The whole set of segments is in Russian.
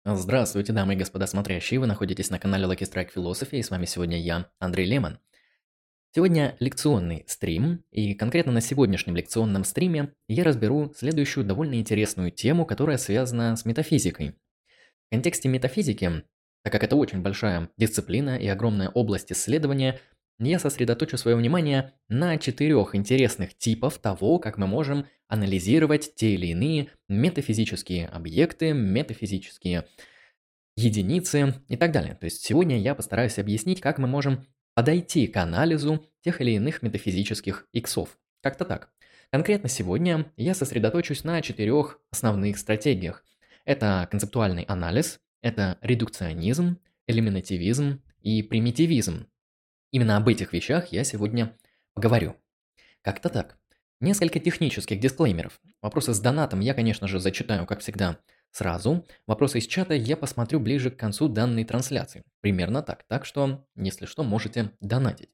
Здравствуйте, дамы и господа смотрящие. Вы находитесь на канале Lucky Strike Philosophy, и с вами сегодня я, Андрей Лемон. Сегодня лекционный стрим, и конкретно на сегодняшнем лекционном стриме я разберу следующую довольно интересную тему, которая связана с метафизикой. В контексте метафизики, так как это очень большая дисциплина и огромная область исследования, я сосредоточу свое внимание на 4 интересных типов того, как мы можем анализировать те или иные метафизические объекты, метафизические единицы и так далее. То есть сегодня я постараюсь объяснить, как мы можем подойти к анализу тех или иных метафизических иксов. Как-то так. Конкретно сегодня я сосредоточусь на 4 основных стратегиях. Это концептуальный анализ, это редукционизм, элиминативизм и примитивизм. Именно об этих вещах я сегодня поговорю. Как-то так. Несколько технических дисклеймеров. Вопросы с донатом я, конечно же, зачитаю, как всегда, сразу. Вопросы из чата я посмотрю ближе к концу данной трансляции. Примерно так. Так что, если что, можете донатить.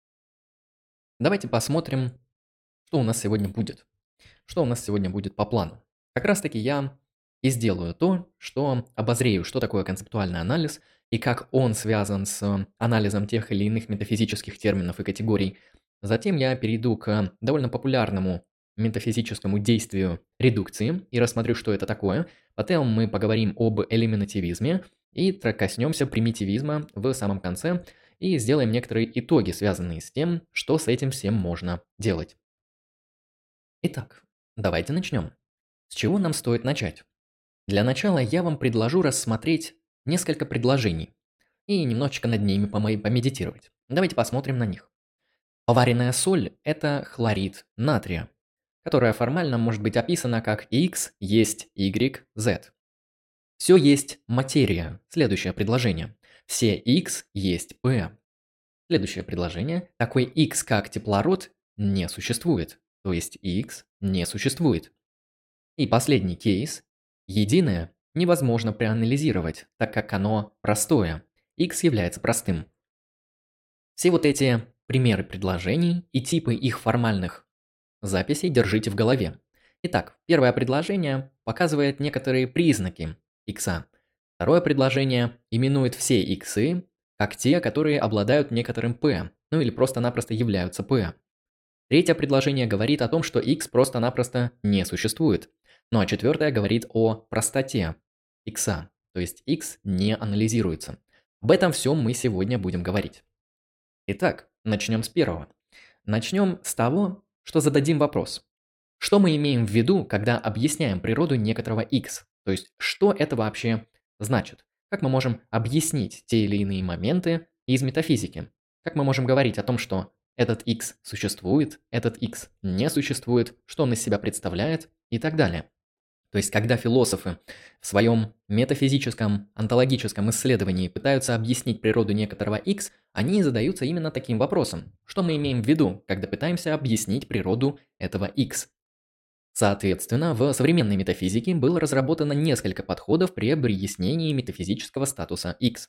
Давайте посмотрим, что у нас сегодня будет. Что у нас сегодня будет по плану. Как раз таки я и сделаю то, что обозрею, что такое концептуальный анализ и как он связан с анализом тех или иных метафизических терминов и категорий. Затем я перейду к довольно популярному метафизическому действию редукции и рассмотрю, что это такое. Потом мы поговорим об элиминативизме и коснемся примитивизма в самом конце и сделаем некоторые итоги, связанные с тем, что с этим всем можно делать. Итак, давайте начнем. С чего нам стоит начать? Для начала я вам предложу рассмотреть несколько предложений и немножечко над ними помедитировать. Давайте посмотрим на них. Поваренная соль – это хлорид натрия, которая формально может быть описана как X есть Y, Z. Все есть материя. Следующее предложение. Все X есть P. Следующее предложение. Такой X, как теплород, не существует. То есть X не существует. И последний кейс. Единое невозможно проанализировать, так как оно простое. X является простым. Все вот эти примеры предложений и типы их формальных записей держите в голове. Итак, первое предложение показывает некоторые признаки x. Второе предложение именует все иксы как те, которые обладают некоторым p, ну или просто-напросто являются p. Третье предложение говорит о том, что x просто-напросто не существует. Ну а четвертое говорит о простоте x, то есть x не анализируется. Об этом всем мы сегодня будем говорить. Итак, начнем с первого. Начнем с того, что зададим вопрос. Что мы имеем в виду, когда объясняем природу некоторого x? То есть, что это вообще значит? Как мы можем объяснить те или иные моменты из метафизики? Как мы можем говорить о том, что этот x существует, этот x не существует, что он из себя представляет и так далее? То есть, когда философы в своем метафизическом, онтологическом исследовании пытаются объяснить природу некоторого x, они задаются именно таким вопросом. Что мы имеем в виду, когда пытаемся объяснить природу этого x? Соответственно, в современной метафизике было разработано несколько подходов при объяснении метафизического статуса x.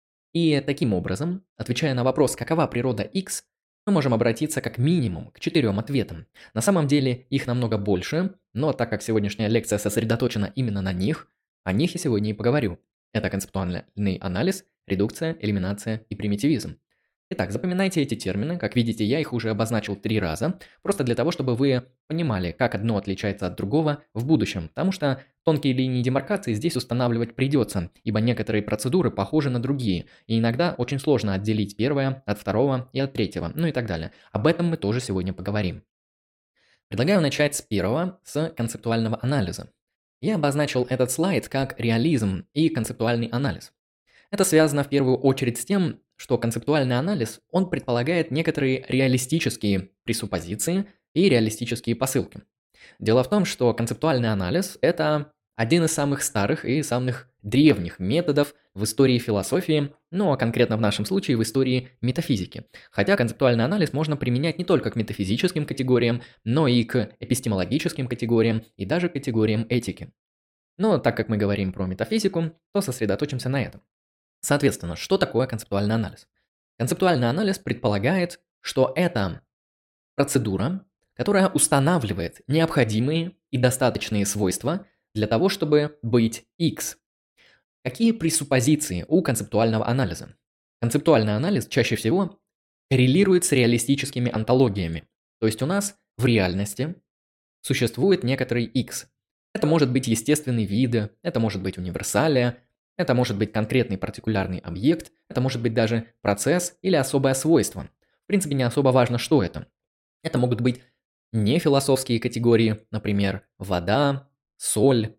И таким образом, отвечая на вопрос, какова природа x, мы можем обратиться как минимум к 4 ответам. На самом деле их намного больше, но так как сегодняшняя лекция сосредоточена именно на них, о них я сегодня и поговорю. Это концептуальный анализ, редукция, элиминация и примитивизм. Итак, запоминайте эти термины. Как видите, я их уже обозначил 3 раза, просто для того, чтобы вы понимали, как одно отличается от другого в будущем, потому что тонкие линии демаркации здесь устанавливать придется, ибо некоторые процедуры похожи на другие, и иногда очень сложно отделить первое от второго и от третьего, ну и так далее. Об этом мы тоже сегодня поговорим. Предлагаю начать с первого, с концептуального анализа. Я обозначил этот слайд как реализм и концептуальный анализ. Это связано в первую очередь с тем, что концептуальный анализ, он предполагает некоторые реалистические пресуппозиции и реалистические посылки. Дело в том, что концептуальный анализ – это один из самых старых и самых древних методов в истории философии, ну а конкретно в нашем случае в истории метафизики. Хотя концептуальный анализ можно применять не только к метафизическим категориям, но и к эпистемологическим категориям и даже категориям этики. Но так как мы говорим про метафизику, то сосредоточимся на этом. Соответственно, что такое концептуальный анализ? Концептуальный анализ предполагает, что это процедура, которая устанавливает необходимые и достаточные свойства для того, чтобы быть X. Какие пресуппозиции у концептуального анализа? Концептуальный анализ чаще всего коррелирует с реалистическими онтологиями. То есть у нас в реальности существует некоторый X. Это может быть естественные виды, это может быть универсалия, это может быть конкретный партикулярный объект, это может быть даже процесс или особое свойство. В принципе, не особо важно, что это. Это могут быть нефилософские категории, например, вода, соль,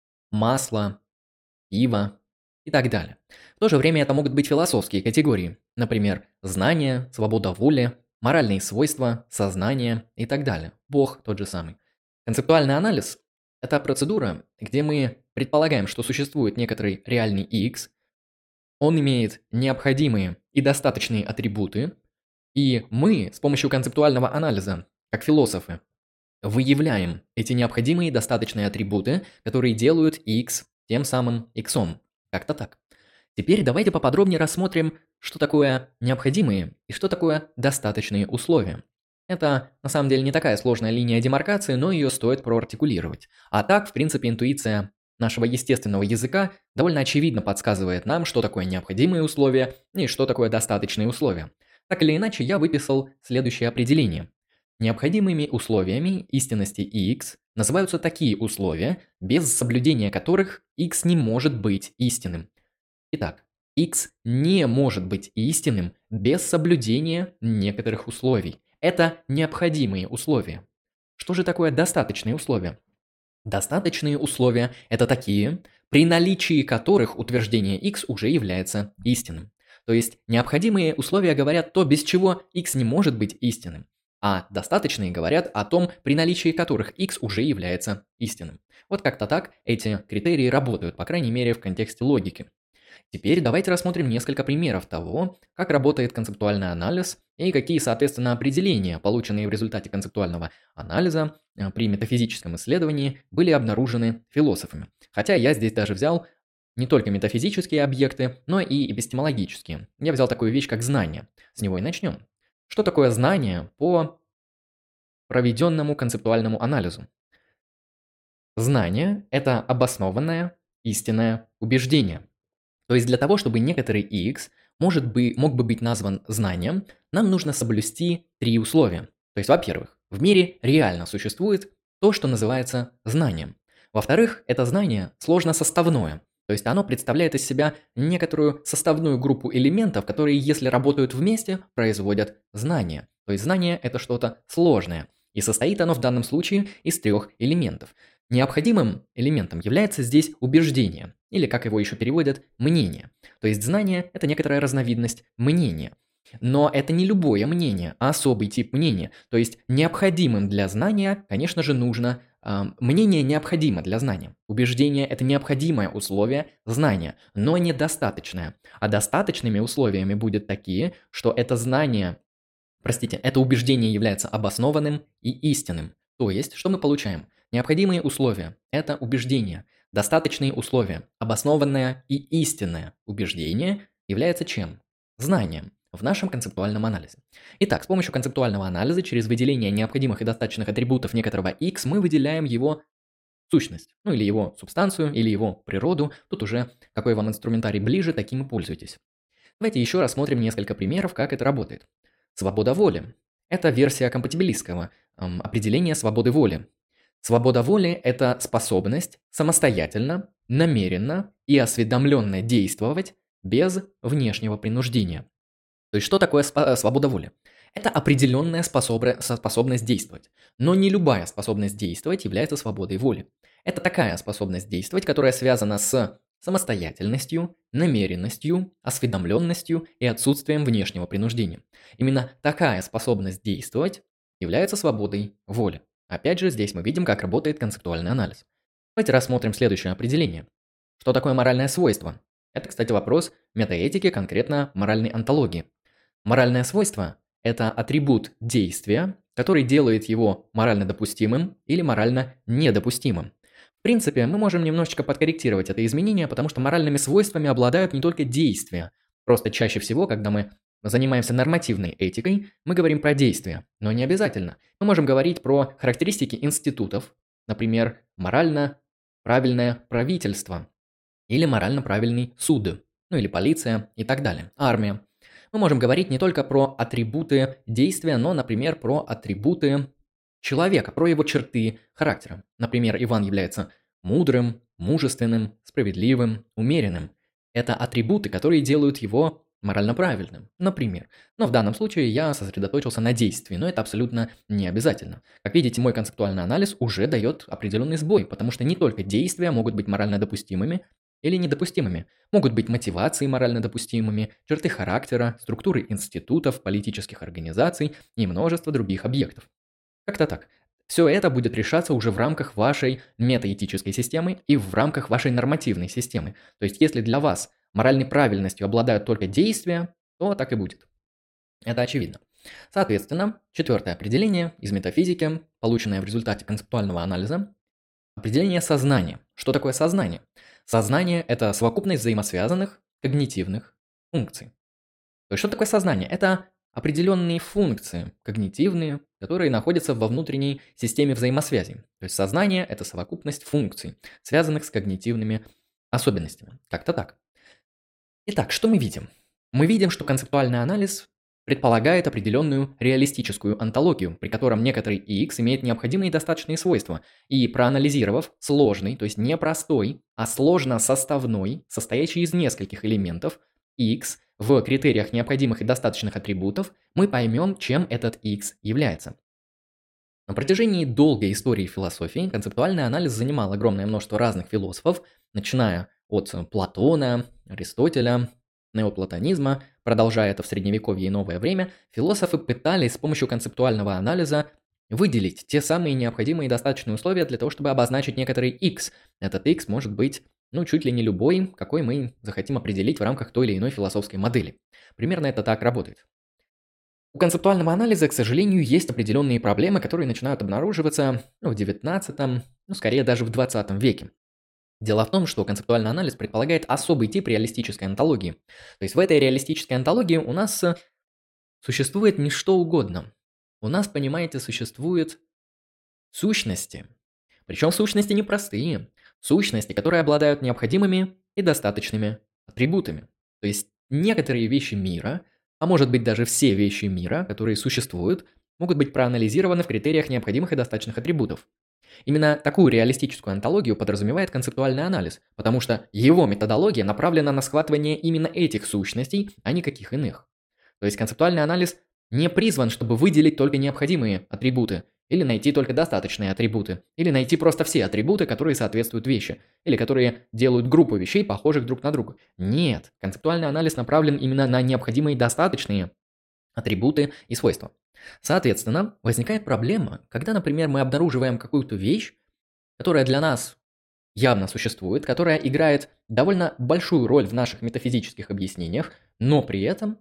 масло, пиво и так далее. В то же время это могут быть философские категории, например, знание, свобода воли, моральные свойства, сознание и так далее. Бог тот же самый. Концептуальный анализ – это процедура, где мы предполагаем, что существует некоторый реальный X, он имеет необходимые и достаточные атрибуты, и мы с помощью концептуального анализа, как философы, выявляем эти необходимые и достаточные атрибуты, которые делают X тем самым X. Как-то так. Теперь давайте поподробнее рассмотрим, что такое необходимые и что такое достаточные условия. Это на самом деле не такая сложная линия демаркации, но ее стоит проартикулировать. А так, в принципе, интуиция нашего естественного языка довольно очевидно подсказывает нам, что такое необходимые условия и что такое достаточные условия. Так или иначе, я выписал следующее определение. Необходимыми условиями истинности x называются такие условия, без соблюдения которых x не может быть истинным. Итак, x не может быть истинным без соблюдения некоторых условий. Это необходимые условия. Что же такое достаточные условия? Достаточные условия – это такие, при наличии которых утверждение x уже является истинным. То есть необходимые условия говорят то, без чего x не может быть истинным, а достаточные говорят о том, при наличии которых x уже является истинным. Вот как-то так эти критерии работают, по крайней мере в контексте логики. Теперь давайте рассмотрим несколько примеров того, как работает концептуальный анализ и какие, соответственно, определения, полученные в результате концептуального анализа при метафизическом исследовании, были обнаружены философами. Хотя я здесь даже взял не только метафизические объекты, но и эпистемологические. Я взял такую вещь, как знание. С него и начнем. Что такое знание по проведенному концептуальному анализу? Знание – это обоснованное истинное убеждение. То есть для того, чтобы некоторый x мог бы быть назван знанием, нам нужно соблюсти три условия. То есть, во-первых, в мире реально существует то, что называется знанием. Во-вторых, это знание сложносоставное. То есть оно представляет из себя некоторую составную группу элементов, которые, если работают вместе, производят знание. То есть знание – это что-то сложное. И состоит оно в данном случае из трех элементов. Необходимым элементом является здесь убеждение, или как его еще переводят, мнение. То есть знание – это некоторая разновидность мнения. Но это не любое мнение, а особый тип мнения. То есть необходимым для знания, конечно же, нужно… мнение необходимо для знания. Убеждение – это необходимое условие знания, но недостаточное. А достаточными условиями будет такие, что это знание… это убеждение является обоснованным и истинным. То есть, что мы получаем? Необходимые условия – это убеждение. Достаточные условия, обоснованное и истинное убеждение является чем? Знанием в нашем концептуальном анализе. Итак, с помощью концептуального анализа через выделение необходимых и достаточных атрибутов некоторого x мы выделяем его сущность, ну или его субстанцию, или его природу. Тут уже какой вам инструментарий ближе, таким и пользуйтесь. Давайте еще рассмотрим несколько примеров, как это работает. Свобода воли – это версия компатибилистского определения свободы воли. Свобода воли – это способность самостоятельно, намеренно и осведомленно действовать без внешнего принуждения. То есть что такое свобода воли? Это определенная способность действовать. Но не любая способность действовать является свободой воли. Это такая способность действовать, которая связана с самостоятельностью, намеренностью, осведомленностью и отсутствием внешнего принуждения. Именно такая способность действовать является свободой воли. Опять же, здесь мы видим, как работает концептуальный анализ. Давайте рассмотрим следующее определение. Что такое моральное свойство? Это, кстати, вопрос метаэтики, конкретно моральной онтологии. Моральное свойство – это атрибут действия, который делает его морально допустимым или морально недопустимым. В принципе, мы можем немножечко подкорректировать это изменение, потому что моральными свойствами обладают не только действия. Просто чаще всего, когда мы занимаемся нормативной этикой, мы говорим про действия, но не обязательно. Мы можем говорить про характеристики институтов, например, морально правильное правительство или морально правильный суд, ну или полиция и так далее, армия. Мы можем говорить не только про атрибуты действия, но, например, про атрибуты человека, про его черты характера. Например, Иван является мудрым, мужественным, справедливым, умеренным. Это атрибуты, которые делают его морально правильным, например. Но в данном случае я сосредоточился на действии, но это абсолютно не обязательно. Как видите, мой концептуальный анализ уже дает определенный сбой, потому что не только действия могут быть морально допустимыми или недопустимыми. Могут быть мотивации морально допустимыми, черты характера, структуры институтов, политических организаций и множество других объектов. Как-то так. Все это будет решаться уже в рамках вашей метаэтической системы и в рамках вашей нормативной системы. То есть, если для вас моральной правильностью обладают только действия, то так и будет. Это очевидно. Соответственно, четвертое определение из метафизики, полученное в результате концептуального анализа, определение сознания. Что такое сознание? Сознание – это совокупность взаимосвязанных когнитивных функций. То есть, что такое сознание? Это определенные функции когнитивные, которые находятся во внутренней системе взаимосвязей. То есть, сознание – это совокупность функций, связанных с когнитивными особенностями. Как-то так. Итак, что мы видим? Мы видим, что концептуальный анализ предполагает определенную реалистическую онтологию, при котором некоторый x имеет необходимые достаточные свойства, и проанализировав сложный, то есть не простой, а сложно-составной, состоящий из нескольких элементов, x в критериях необходимых и достаточных атрибутов, мы поймем, чем этот x является. На протяжении долгой истории философии концептуальный анализ занимал огромное множество разных философов, начиная от Платона, Аристотеля, неоплатонизма, продолжая это в Средневековье и новое время, философы пытались с помощью концептуального анализа выделить те самые необходимые и достаточные условия для того, чтобы обозначить некоторый x. Этот x может быть, чуть ли не любой, какой мы захотим определить в рамках той или иной философской модели. Примерно это так работает. У концептуального анализа, к сожалению, есть определенные проблемы, которые начинают обнаруживаться в XIX, скорее даже в XX веке. Дело в том, что концептуальный анализ предполагает особый тип реалистической онтологии. То есть в этой реалистической онтологии у нас существует не что угодно. У нас, понимаете, существуют сущности. Причем сущности непростые. Сущности, которые обладают необходимыми и достаточными атрибутами. То есть некоторые вещи мира, а может быть даже все вещи мира, которые существуют, могут быть проанализированы в критериях необходимых и достаточных атрибутов. Именно такую реалистическую онтологию подразумевает концептуальный анализ, потому что его методология направлена на схватывание именно этих сущностей, а никаких иных. То есть концептуальный анализ не призван, чтобы выделить только необходимые атрибуты, или найти только достаточные атрибуты, или найти просто все атрибуты, которые соответствуют вещи, или которые делают группу вещей, похожих друг на друга. Нет, концептуальный анализ направлен именно на необходимые достаточные атрибуты и свойства. Соответственно, возникает проблема, когда, например, мы обнаруживаем какую-то вещь, которая для нас явно существует, которая играет довольно большую роль в наших метафизических объяснениях, но при этом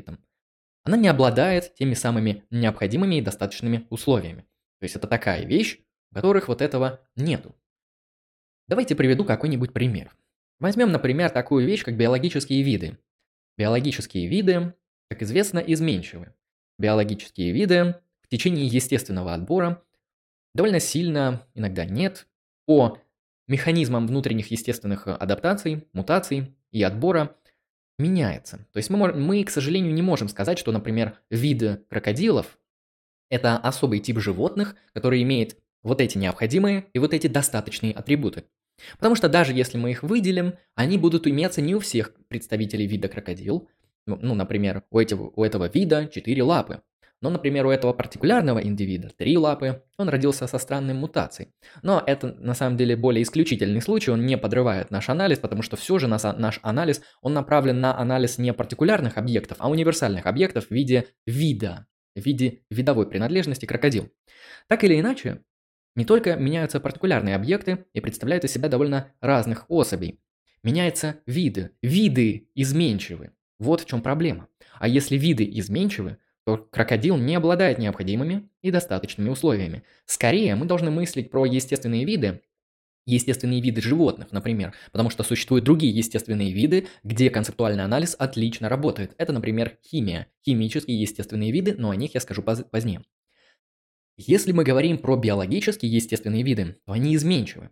она не обладает теми самыми необходимыми и достаточными условиями. То есть это такая вещь, у которых вот этого нету. Давайте приведу какой-нибудь пример. Возьмем, например, такую вещь, как биологические виды. Биологические виды, как известно, изменчивы. Биологические виды в течение естественного отбора довольно сильно, иногда нет, по механизмам внутренних естественных адаптаций, мутаций и отбора меняется. То есть мы, к сожалению, не можем сказать, что, например, вид крокодилов – это особый тип животных, который имеет вот эти необходимые и вот эти достаточные атрибуты. Потому что даже если мы их выделим, они будут иметься не у всех представителей вида крокодил. Например, у этого вида 4 лапы. Но, например, у этого партикулярного индивида 3 лапы, он родился со странной мутацией. Но это на самом деле более исключительный случай, он не подрывает наш анализ, потому что все же наш анализ, он направлен на анализ не партикулярных объектов, а универсальных объектов в виде вида, в виде видовой принадлежности крокодил. Так или иначе, не только меняются партикулярные объекты и представляют из себя довольно разных особей. Меняются виды. Виды изменчивы. Вот в чем проблема. А если виды изменчивы, то крокодил не обладает необходимыми и достаточными условиями. Скорее, мы должны мыслить про естественные виды животных, например, потому что существуют другие естественные виды, где концептуальный анализ отлично работает. Это, например, химия, химические естественные виды, но о них я скажу позднее. Если мы говорим про биологические естественные виды, то они изменчивы.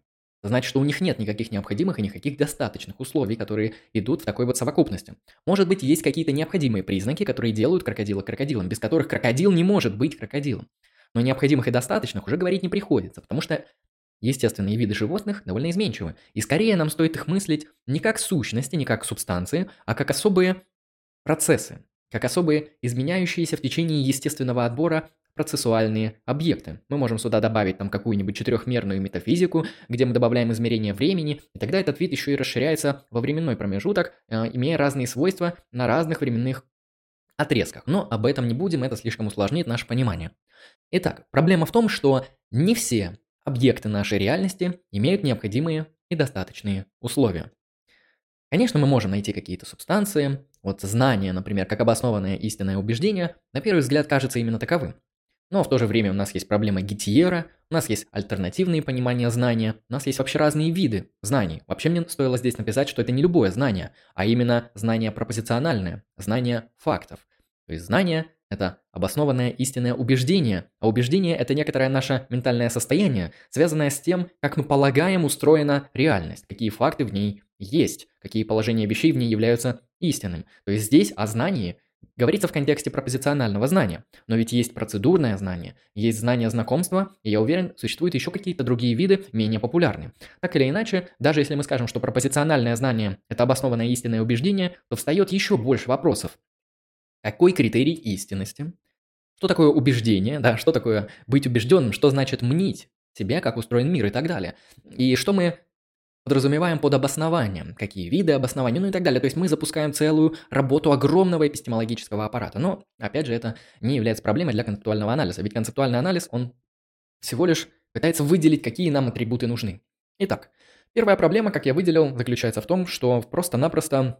значит, что у них нет никаких необходимых и никаких достаточных условий, которые идут в такой вот совокупности. Может быть, есть какие-то необходимые признаки, которые делают крокодила крокодилом, без которых крокодил не может быть крокодилом. Но необходимых и достаточных уже говорить не приходится, потому что естественные виды животных довольно изменчивы. И скорее нам стоит их мыслить не как сущности, не как субстанции, а как особые процессы, как особые изменяющиеся в течение естественного отбора процессуальные объекты. Мы можем сюда добавить там какую-нибудь четырехмерную метафизику, где мы добавляем измерение времени, и тогда этот вид еще и расширяется во временной промежуток, имея разные свойства на разных временных отрезках. Но об этом не будем, это слишком усложнит наше понимание. Итак, проблема в том, что не все объекты нашей реальности имеют необходимые и достаточные условия. Конечно, мы можем найти какие-то субстанции, вот знание, например, как обоснованное истинное убеждение, на первый взгляд кажется именно таковым. Но в то же время у нас есть проблема Геттиера, у нас есть альтернативные понимания знания, у нас есть вообще разные виды знаний. Вообще мне стоило здесь написать, что это не любое знание, а именно знание пропозициональное, знание фактов. То есть знание – это обоснованное истинное убеждение, а убеждение – это некоторое наше ментальное состояние, связанное с тем, как мы полагаем устроена реальность, какие факты в ней есть, какие положения вещей в ней являются истинным. То есть здесь о знании говорится в контексте пропозиционального знания, но ведь есть процедурное знание, есть знание знакомства, и я уверен, существуют еще какие-то другие виды, менее популярные. Так или иначе, даже если мы скажем, что пропозициональное знание – это обоснованное истинное убеждение, то встает еще больше вопросов. Какой критерий истинности? Что такое убеждение, да, что такое быть убежденным, что значит мнить себя, как устроен мир и так далее. И что мы подразумеваем под обоснованием, какие виды обоснования, ну и так далее. То есть мы запускаем целую работу огромного эпистемологического аппарата. Но, опять же, это не является проблемой для концептуального анализа, ведь концептуальный анализ, он всего лишь пытается выделить, какие нам атрибуты нужны. Итак, первая проблема, как я выделил, заключается в том, что просто-напросто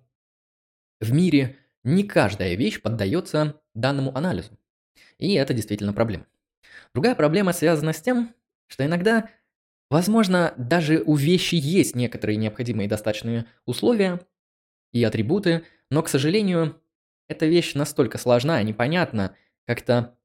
в мире не каждая вещь поддается данному анализу. И это действительно проблема. Другая проблема связана с тем, что иногда, возможно, даже у вещи есть некоторые необходимые и достаточные условия и атрибуты, но, к сожалению, эта вещь настолько сложна и непонятна, как-то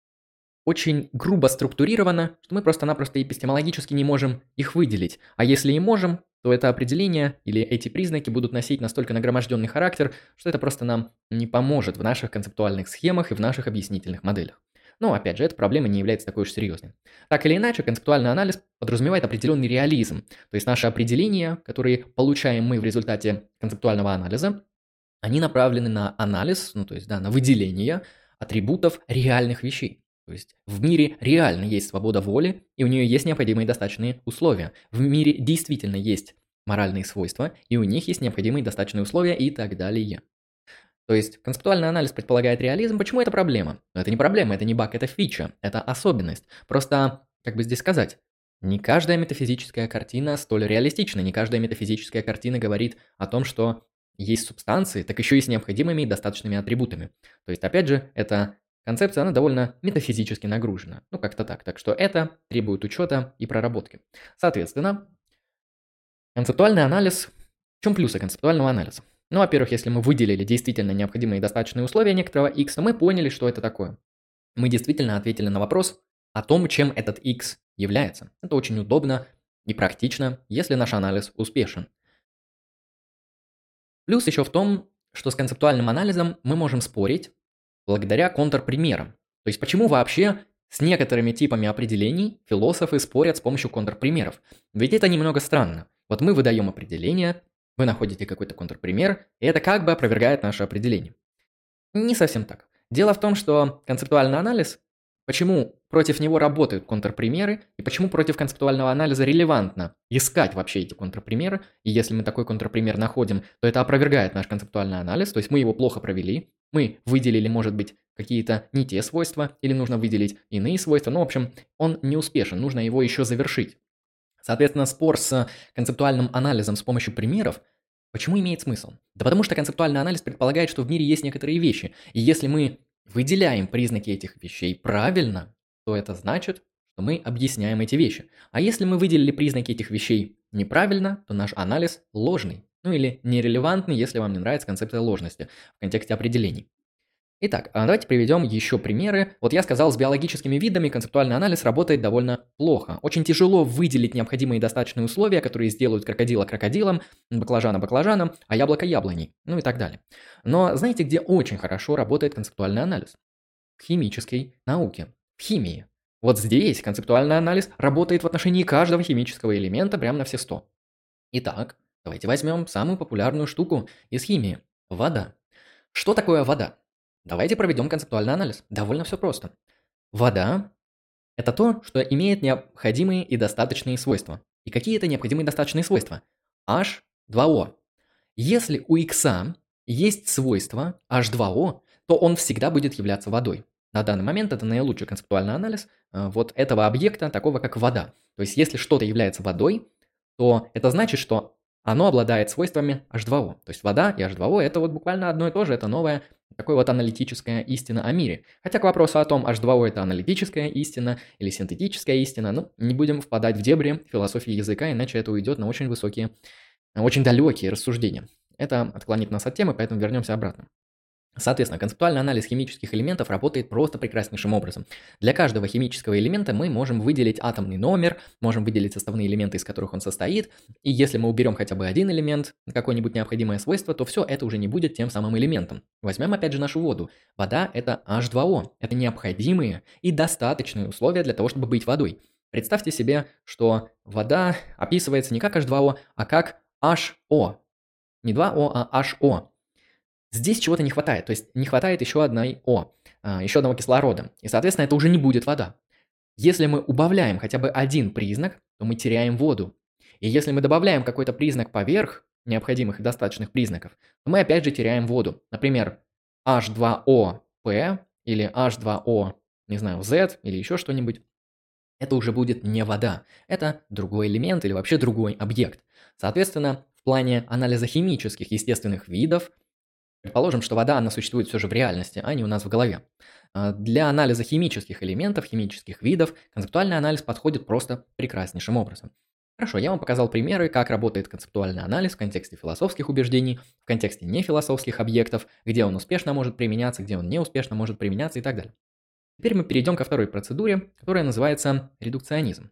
очень грубо структурирована, что мы просто-напросто эпистемологически не можем их выделить. А если и можем, то это определение или эти признаки будут носить настолько нагроможденный характер, что это просто нам не поможет в наших концептуальных схемах и в наших объяснительных моделях. Но, опять же, эта проблема не является такой уж серьезной. Так или иначе, концептуальный анализ подразумевает определенный реализм. То есть наши определения, которые получаем мы в результате концептуального анализа, они направлены на анализ, ну то есть да, на выделение атрибутов реальных вещей. То есть в мире реально есть свобода воли, и у нее есть необходимые достаточные условия. В мире действительно есть моральные свойства, и у них есть необходимые достаточные условия и так далее. То есть концептуальный анализ предполагает реализм. Почему это проблема? Но это не проблема, это не баг, это фича, это особенность. Просто, как бы здесь сказать, не каждая метафизическая картина столь реалистична, не каждая метафизическая картина говорит о том, что есть субстанции, так еще и с необходимыми и достаточными атрибутами. То есть, опять же, эта концепция, она довольно метафизически нагружена. Ну, как-то так. Так что это требует учета и проработки. Соответственно, концептуальный анализ... В чем плюсы концептуального анализа? Ну, во-первых, если мы выделили действительно необходимые и достаточные условия некоторого x, то мы поняли, что это такое. Мы действительно ответили на вопрос о том, чем этот x является. Это очень удобно и практично, если наш анализ успешен. Плюс еще в том, что с концептуальным анализом мы можем спорить благодаря контрпримерам. То есть почему вообще с некоторыми типами определений философы спорят с помощью контрпримеров? Ведь это немного странно. Вот мы выдаем определение, вы находите какой-то контрпример, и это как бы опровергает наше определение. Не совсем так. Дело в том, что концептуальный анализ, почему против него работают контрпримеры, и почему против концептуального анализа релевантно искать вообще эти контрпримеры, и если мы такой контрпример находим, то это опровергает наш концептуальный анализ, то есть мы его плохо провели, мы выделили, может быть, какие-то не те свойства, или нужно выделить иные свойства, но, в общем, он не успешен, нужно его еще завершить. Соответственно, спор с концептуальным анализом с помощью примеров почему имеет смысл? Да потому что концептуальный анализ предполагает, что в мире есть некоторые вещи, и если мы выделяем признаки этих вещей правильно, то это значит, что мы объясняем эти вещи. А если мы выделили признаки этих вещей неправильно, то наш анализ ложный. Ну или нерелевантный, если вам не нравится концепция ложности в контексте определений. Итак, давайте приведем еще примеры. Вот я сказал, с биологическими видами концептуальный анализ работает довольно плохо. Очень тяжело выделить необходимые и достаточные условия, которые сделают крокодила крокодилом, баклажана баклажаном, а яблоко яблоней, ну и так далее. Но знаете, где очень хорошо работает концептуальный анализ? В химической науке, в химии. Вот здесь концептуальный анализ работает в отношении каждого химического элемента прямо на все 100. Итак, давайте возьмем самую популярную штуку из химии – вода. Что такое вода? Давайте проведем концептуальный анализ. Довольно все просто. Вода – это то, что имеет необходимые и достаточные свойства. И какие это необходимые и достаточные свойства? H2O. Если у X есть свойство H2O, то он всегда будет являться водой. На данный момент это наилучший концептуальный анализ вот этого объекта, такого как вода. То есть если что-то является водой, то это значит, что оно обладает свойствами H2O. То есть вода и H2O это вот буквально одно и то же, это новая такая вот аналитическая истина о мире. Хотя к вопросу о том, H2O это аналитическая истина или синтетическая истина, ну, не будем впадать в дебри философии языка, иначе это уйдет на очень высокие, очень далекие рассуждения. Это отклонит нас от темы, поэтому вернемся обратно. Соответственно, концептуальный анализ химических элементов работает просто прекраснейшим образом. Для каждого химического элемента мы можем выделить атомный номер, можем выделить составные элементы, из которых он состоит, и если мы уберем хотя бы один элемент, какое-нибудь необходимое свойство, то все это уже не будет тем самым элементом. Возьмем опять же нашу воду. Вода – это H2O. Это необходимые и достаточные условия для того, чтобы быть водой. Представьте себе, что вода описывается не как H2O, а как HO. Не 2O, а HO. Здесь чего-то не хватает, то есть не хватает еще одной еще одного кислорода. И, соответственно, это уже не будет вода. Если мы убавляем хотя бы один признак, то мы теряем воду. И если мы добавляем какой-то признак поверх необходимых и достаточных признаков, то мы опять же теряем воду. Например, H2OP или H2O, не знаю, Z или еще что-нибудь. Это уже будет не вода. Это другой элемент или вообще другой объект. Соответственно, в плане анализа химических естественных видов, предположим, что вода, она существует все же в реальности, а не у нас в голове. Для анализа химических элементов, химических видов, концептуальный анализ подходит просто прекраснейшим образом. Хорошо, я вам показал примеры, как работает концептуальный анализ в контексте философских убеждений, в контексте нефилософских объектов, где он успешно может применяться, где он неуспешно может применяться и так далее. Теперь мы перейдем ко второй процедуре, которая называется редукционизм.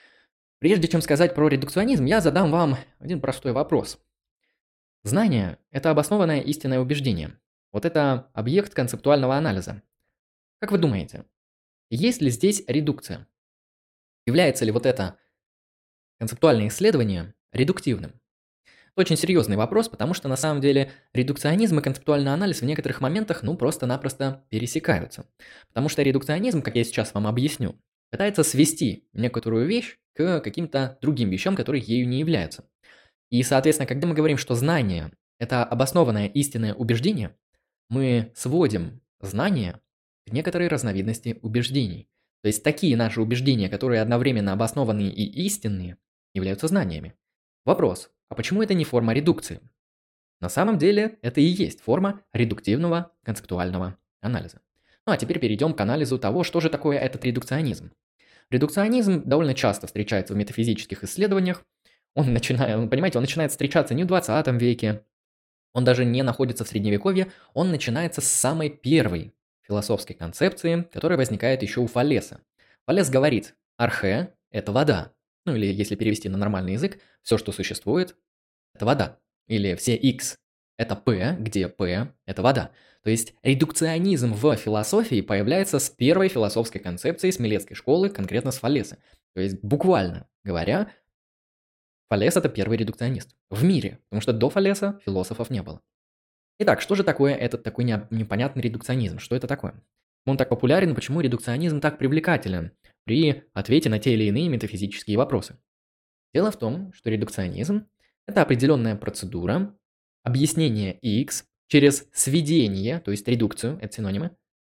Прежде чем сказать про редукционизм, я задам вам один простой вопрос. Знание – это обоснованное истинное убеждение. Вот это объект концептуального анализа. Как вы думаете, есть ли здесь редукция? Является ли вот это концептуальное исследование редуктивным? Это очень серьезный вопрос, потому что на самом деле редукционизм и концептуальный анализ в некоторых моментах ну просто-напросто пересекаются. Потому что редукционизм, как я сейчас вам объясню, пытается свести некоторую вещь к каким-то другим вещам, которые ею не являются. И, соответственно, когда мы говорим, что знание – это обоснованное истинное убеждение, мы сводим знание к некоторой разновидности убеждений. То есть такие наши убеждения, которые одновременно обоснованные и истинные, являются знаниями. Вопрос, а почему это не форма редукции? На самом деле это и есть форма редуктивного концептуального анализа. Ну а теперь перейдем к анализу того, что же такое этот редукционизм. Редукционизм довольно часто встречается в метафизических исследованиях. Понимаете, он начинает встречаться не в 20 веке, он даже не находится в средневековье, он начинается с самой первой философской концепции, которая возникает еще у Фалеса. Фалес говорит, архе – это вода. Ну или если перевести на нормальный язык, все, что существует, это вода. Или все x – это p, где p – это вода. То есть редукционизм в философии появляется с первой философской концепции с Милетской школы, конкретно с Фалеса. То есть буквально говоря, Фалес – это первый редукционист в мире, потому что до Фалеса философов не было. Итак, что же такое этот такой непонятный редукционизм? Что это такое? Он так популярен, почему редукционизм так привлекателен при ответе на те или иные метафизические вопросы? Дело в том, что редукционизм – это определенная процедура объяснения x через сведение, то есть редукцию, это синонимы,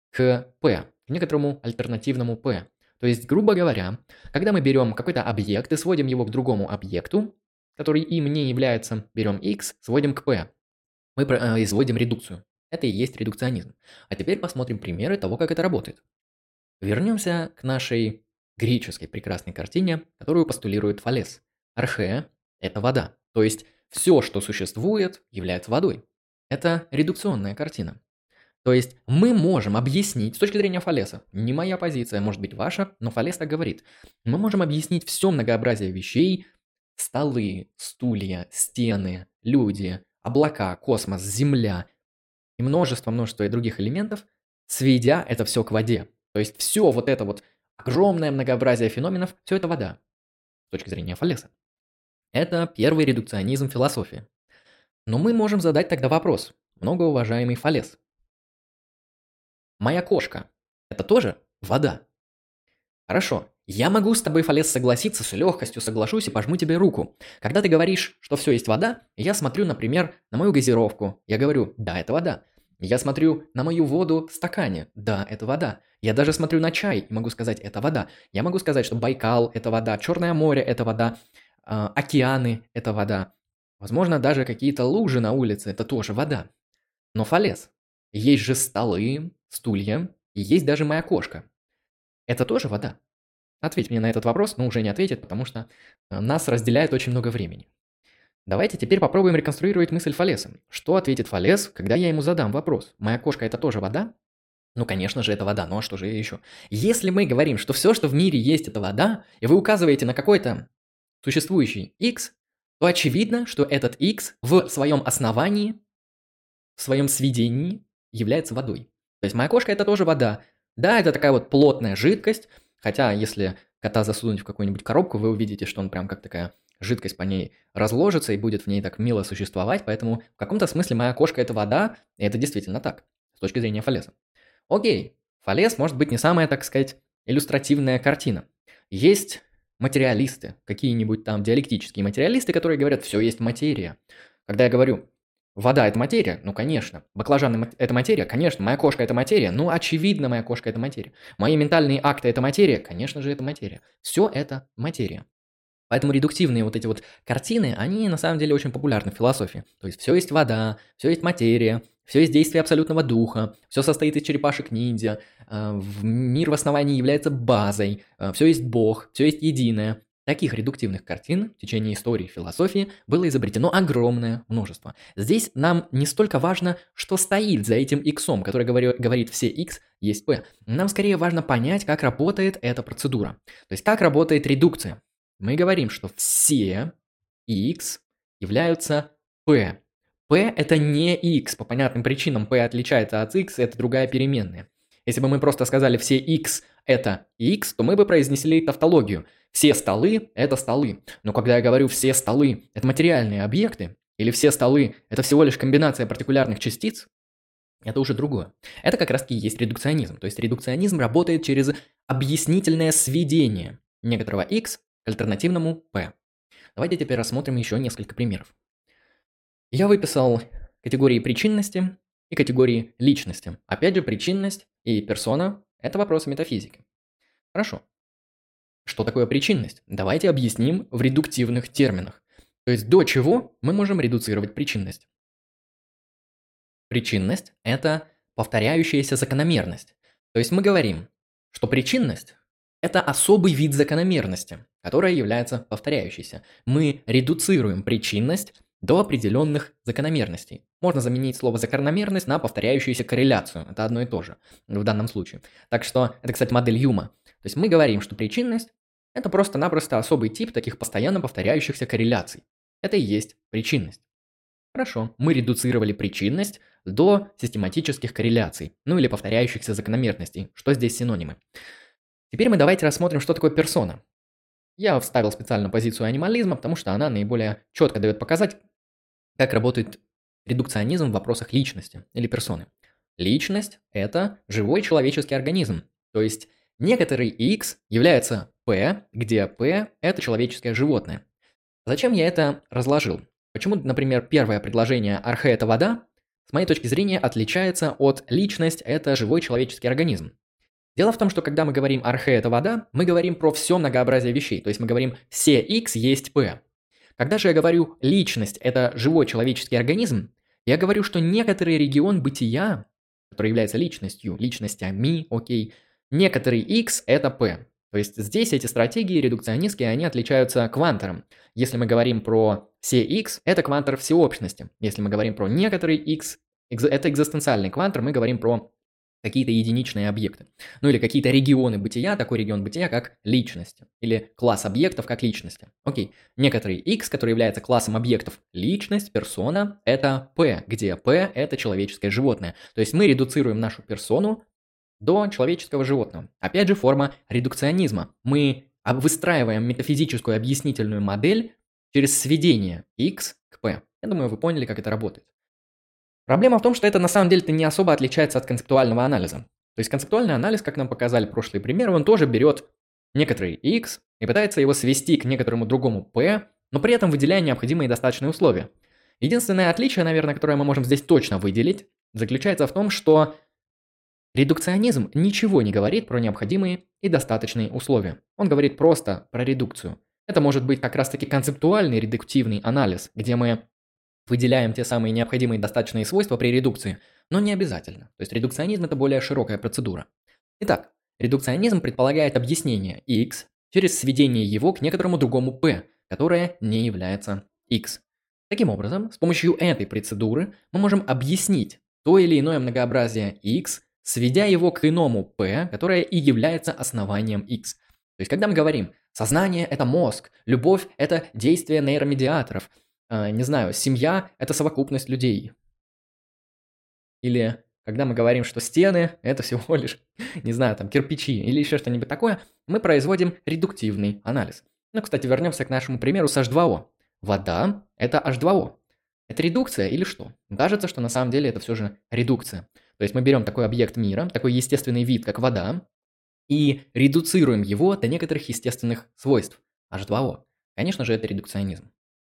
к p, к некоторому альтернативному p. То есть, грубо говоря, когда мы берем какой-то объект и сводим его к другому объекту, который им не является, берем x, сводим к p, мы производим редукцию. Это и есть редукционизм. А теперь посмотрим примеры того, как это работает. Вернемся к нашей греческой прекрасной картине, которую постулирует Фалес. Архе – это вода. То есть все, что существует, является водой. Это редукционная картина. То есть мы можем объяснить, с точки зрения Фалеса, не моя позиция, может быть ваша, но Фалес так говорит, мы можем объяснить все многообразие вещей, столы, стулья, стены, люди, облака, космос, земля и множество и других элементов, сведя это все к воде. То есть все вот это вот огромное многообразие феноменов, все это вода, с точки зрения Фалеса. Это первый редукционизм философии. Но мы можем задать тогда вопрос, многоуважаемый Фалес. Моя кошка – это тоже вода? Хорошо, я могу с тобой, Фалес, согласиться, с легкостью соглашусь и пожму тебе руку. Когда ты говоришь, что все есть вода, я смотрю, например, на мою газировку. Я говорю, да, это вода. Я смотрю на мою воду в стакане. Да, это вода. Я даже смотрю на чай и могу сказать, это вода. Я могу сказать, что Байкал – это вода, Черное море – это вода, океаны – это вода. Возможно, даже какие-то лужи на улице – это тоже вода. Но, Фалес, есть же столы, стулья, и есть даже моя кошка. Это тоже вода? Ответь мне на этот вопрос, но уже не ответит, потому что нас разделяет очень много времени. Давайте теперь попробуем реконструировать мысль Фалеса. Что ответит Фалес, когда я ему задам вопрос? Моя кошка – это тоже вода? Ну, конечно же, это вода, ну а что же еще? Если мы говорим, что все, что в мире есть, это вода, и вы указываете на какой-то существующий x, то очевидно, что этот x в своем основании, в своем сведении является водой. То есть моя кошка – это тоже вода. Да, это такая вот плотная жидкость, хотя если кота засунуть в какую-нибудь коробку, вы увидите, что он прям как такая жидкость по ней разложится и будет в ней так мило существовать, поэтому в каком-то смысле моя кошка – это вода, и это действительно так, с точки зрения Фалеса. Окей, Фалес может быть не самая, так сказать, иллюстративная картина. Есть материалисты, какие-нибудь там диалектические материалисты, которые говорят, все есть материя. Когда я говорю, вода – это материя, ну, конечно. Баклажаны – это материя, конечно. Моя кошка – это материя, ну, очевидно, моя кошка – это материя. Мои ментальные акты – это материя, конечно же, это материя. Все это материя. Поэтому редуктивные вот эти вот картины, они на самом деле очень популярны в философии. То есть все есть вода, все есть материя, все есть действие абсолютного духа, все состоит из черепашек-ниндзя, мир в основании является базой, все есть Бог, все есть единое. Таких редуктивных картин в течение истории философии было изобретено огромное множество. Здесь нам не столько важно, что стоит за этим иксом, который говорит все x есть p. Нам скорее важно понять, как работает эта процедура. То есть как работает редукция. Мы говорим, что все x являются p. p это не x, по понятным причинам p отличается от x, это другая переменная. Если бы мы просто сказали все x это x, то мы бы произнесли тавтологию. Все столы – это столы. Но когда я говорю «все столы» – это материальные объекты, или «все столы» – это всего лишь комбинация партикулярных частиц, это уже другое. Это как раз-таки и есть редукционизм. То есть редукционизм работает через объяснительное сведение некоторого x к альтернативному p. Давайте теперь рассмотрим еще несколько примеров. Я выписал категории причинности и категории личности. Опять же, причинность и персона – это вопросы метафизики. Хорошо. Что такое причинность? Давайте объясним в редуктивных терминах. То есть до чего мы можем редуцировать причинность? Причинность – это повторяющаяся закономерность. То есть мы говорим, что причинность – это особый вид закономерности, которая является повторяющейся. Мы редуцируем причинность до определенных закономерностей. Можно заменить слово закономерность на повторяющуюся корреляцию. Это одно и то же в данном случае. Так что это, кстати, модель Юма. То есть мы говорим, что причинность – это просто-напросто особый тип таких постоянно повторяющихся корреляций. Это и есть причинность. Хорошо, мы редуцировали причинность до систематических корреляций, ну или повторяющихся закономерностей. Что здесь синонимы? Теперь мы давайте рассмотрим, что такое персона. Я вставил специально позицию анимализма, потому что она наиболее четко дает показать, как работает редукционизм в вопросах личности или персоны. Личность – это живой человеческий организм, то есть некоторый x является p, где p – это человеческое животное. Зачем я это разложил? Почему, например, первое предложение «архе – это вода» с моей точки зрения отличается от «личность – это живой человеческий организм»? Дело в том, что когда мы говорим «архе – это вода», мы говорим про все многообразие вещей, то есть мы говорим «все x есть p». Когда же я говорю «личность – это живой человеческий организм», я говорю, что некоторый регион бытия, который является личностью, личностями, окей, некоторый x – это p. То есть здесь эти стратегии редукционистские, они отличаются квантором. Если мы говорим про все x, это квантор всеобщности. Если мы говорим про некоторый x, Это экзистенциальный квантор, мы говорим про какие-то единичные объекты. Ну или какие-то регионы бытия, такой регион бытия, как личности. Или класс объектов, как личности. Окей. Некоторый X, который является классом объектов личность, персона, это P, где P это человеческое животное. То есть мы редуцируем нашу персону до человеческого животного. Опять же, форма редукционизма. Мы выстраиваем метафизическую объяснительную модель через сведение X к P. Я думаю, вы поняли, как это работает. Проблема в том, что это на самом деле-то не особо отличается от концептуального анализа. То есть концептуальный анализ, как нам показали прошлые примеры, он тоже берет некоторый X и пытается его свести к некоторому другому P, но при этом выделяя необходимые и достаточные условия. Единственное отличие, наверное, которое мы можем здесь точно выделить, заключается в том, что редукционизм ничего не говорит про необходимые и достаточные условия. Он говорит просто про редукцию. Это может быть как раз-таки концептуальный редуктивный анализ, где мы выделяем те самые необходимые достаточные свойства при редукции, но не обязательно. То есть редукционизм – это более широкая процедура. Итак, редукционизм предполагает объяснение x через сведение его к некоторому другому p, которое не является x. Таким образом, с помощью этой процедуры мы можем объяснить то или иное многообразие x, сведя его к иному p, которое и является основанием x. То есть, когда мы говорим «сознание – это мозг», «любовь – это действие нейромедиаторов», не знаю, семья – это совокупность людей. Или когда мы говорим, что стены – это всего лишь, не знаю, там, кирпичи или еще что-нибудь такое, мы производим редуктивный анализ. Ну, кстати, вернемся к нашему примеру с H2O. Вода – это H2O. Это редукция или что? Кажется, что на самом деле это все же редукция. То есть мы берем такой объект мира, такой естественный вид, как вода, и редуцируем его до некоторых естественных свойств H2O. Конечно же, это редукционизм.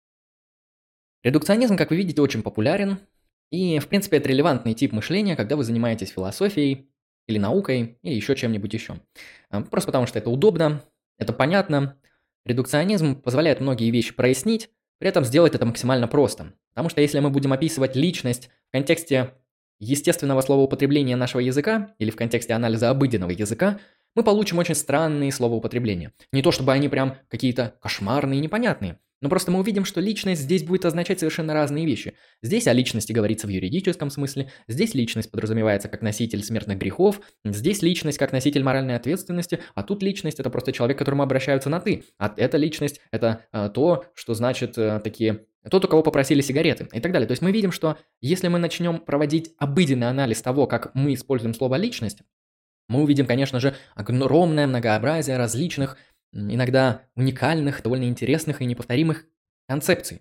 Редукционизм, как вы видите, очень популярен, и, в принципе, это релевантный тип мышления, когда вы занимаетесь философией или наукой, или еще чем-нибудь еще. Просто потому, что это удобно, это понятно. Редукционизм позволяет многие вещи прояснить, при этом сделать это максимально просто. Потому что если мы будем описывать личность в контексте естественного словоупотребления нашего языка или в контексте анализа обыденного языка, мы получим очень странные словоупотребления. Не то чтобы они прям какие-то кошмарные и непонятные, но просто мы увидим, что личность здесь будет означать совершенно разные вещи. Здесь о личности говорится в юридическом смысле, здесь личность подразумевается как носитель смертных грехов, здесь личность как носитель моральной ответственности, а тут личность – это просто человек, к которому обращаются на «ты». А эта личность – это то, что значит тот, у кого попросили сигареты и так далее. То есть мы видим, что если мы начнем проводить обыденный анализ того, как мы используем слово «личность», мы увидим, конечно же, огромное многообразие различных, иногда уникальных, довольно интересных и неповторимых концепций.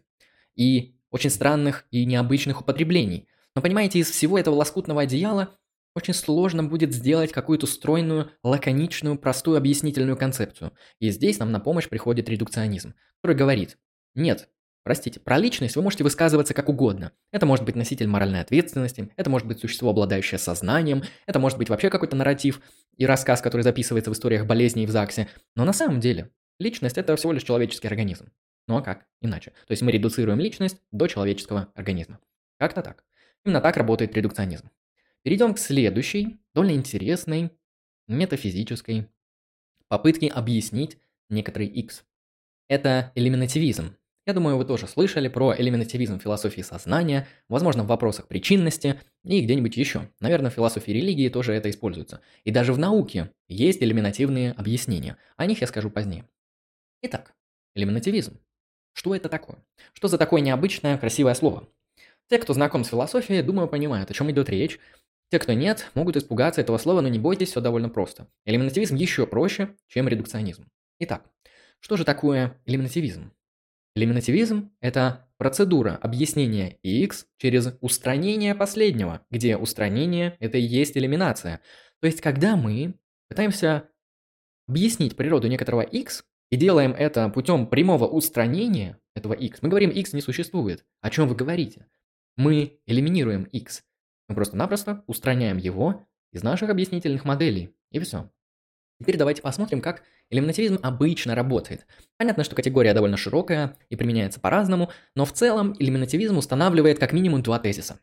И очень странных и необычных употреблений. Но понимаете, из всего этого лоскутного одеяла очень сложно будет сделать какую-то стройную, лаконичную, простую объяснительную концепцию. И здесь нам на помощь приходит редукционизм, который говорит: нет, простите, про личность вы можете высказываться как угодно. Это может быть носитель моральной ответственности, это может быть существо, обладающее сознанием, это может быть вообще какой-то нарратив и рассказ, который записывается в историях болезней в ЗАГСе. Но на самом деле личность – это всего лишь человеческий организм. Ну а как иначе? То есть мы редуцируем личность до человеческого организма. Как-то так. Именно так работает редукционизм. Перейдем к следующей, довольно интересной, метафизической попытке объяснить некоторый X. Это элиминативизм. Я думаю, вы тоже слышали про элиминативизм в философии сознания, возможно, в вопросах причинности и где-нибудь еще. Наверное, в философии религии тоже это используется. И даже в науке есть элиминативные объяснения. О них я скажу позднее. Итак, элиминативизм. Что это такое? Что за такое необычное, красивое слово? Те, кто знаком с философией, думаю, понимают, о чем идет речь. Те, кто нет, могут испугаться этого слова, но не бойтесь, все довольно просто. Элиминативизм еще проще, чем редукционизм. Итак, что же такое элиминативизм? Элиминативизм – это процедура объяснения x через устранение последнего, где устранение – это и есть элиминация. То есть, когда мы пытаемся объяснить природу некоторого x и делаем это путем прямого устранения этого x, мы говорим x не существует. О чем вы говорите? Мы элиминируем x. Мы просто-напросто устраняем его из наших объяснительных моделей. И все. Теперь давайте посмотрим, как элиминативизм обычно работает. Понятно, что категория довольно широкая и применяется по-разному, но в целом элиминативизм устанавливает как минимум два тезиса.